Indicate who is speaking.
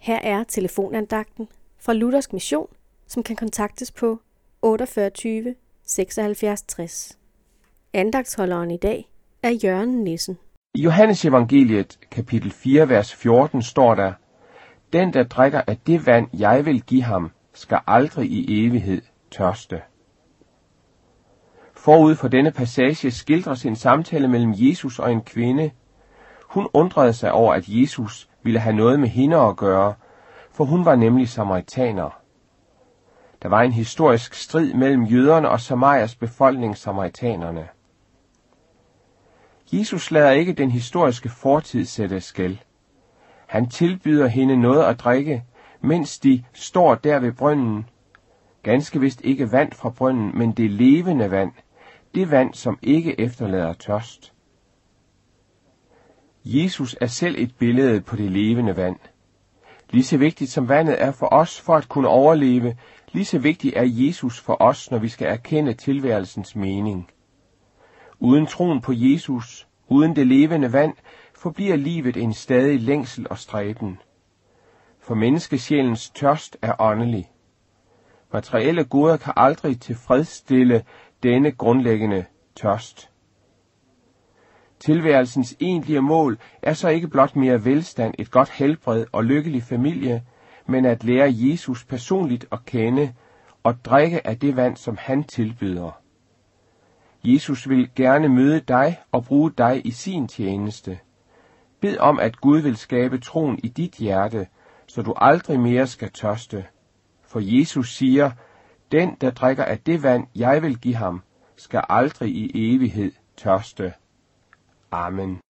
Speaker 1: Her er telefonandagten fra Luthersk Mission, som kan kontaktes på 48 76 60. Andagtsholderen i dag er Jørgen Nissen.
Speaker 2: I Johannes evangeliet, kapitel 4, vers 14, står der: Den, der drikker af det vand, jeg vil give ham, skal aldrig i evighed tørste. Forud for denne passage skildres en samtale mellem Jesus og en kvinde. Hun undrede sig over, at Jesus ville have noget med hende at gøre, for hun var nemlig samaritaner. Der var en historisk strid mellem jøderne og Samarias befolkning, samaritanerne. Jesus lader ikke den historiske fortid sætte skel. Han tilbyder hende noget at drikke, mens de står der ved brønden. Ganske vist ikke vand fra brønden, men det levende vand. Det vand, som ikke efterlader tørst. Jesus er selv et billede på det levende vand. Lige så vigtigt som vandet er for os for at kunne overleve, lige så vigtig er Jesus for os, når vi skal erkende tilværelsens mening. Uden troen på Jesus, uden det levende vand, forbliver livet en stadig længsel og stræben. For menneskesjælens tørst er åndelig. Materielle goder kan aldrig tilfredsstille denne grundlæggende tørst. Tilværelsens egentlige mål er så ikke blot mere velstand, et godt helbred og lykkelig familie, men at lære Jesus personligt at kende og drikke af det vand, som han tilbyder. Jesus vil gerne møde dig og bruge dig i sin tjeneste. Bed om, at Gud vil skabe troen i dit hjerte, så du aldrig mere skal tørste. For Jesus siger, den, der drikker af det vand, jeg vil give ham, skal aldrig i evighed tørste. Amen.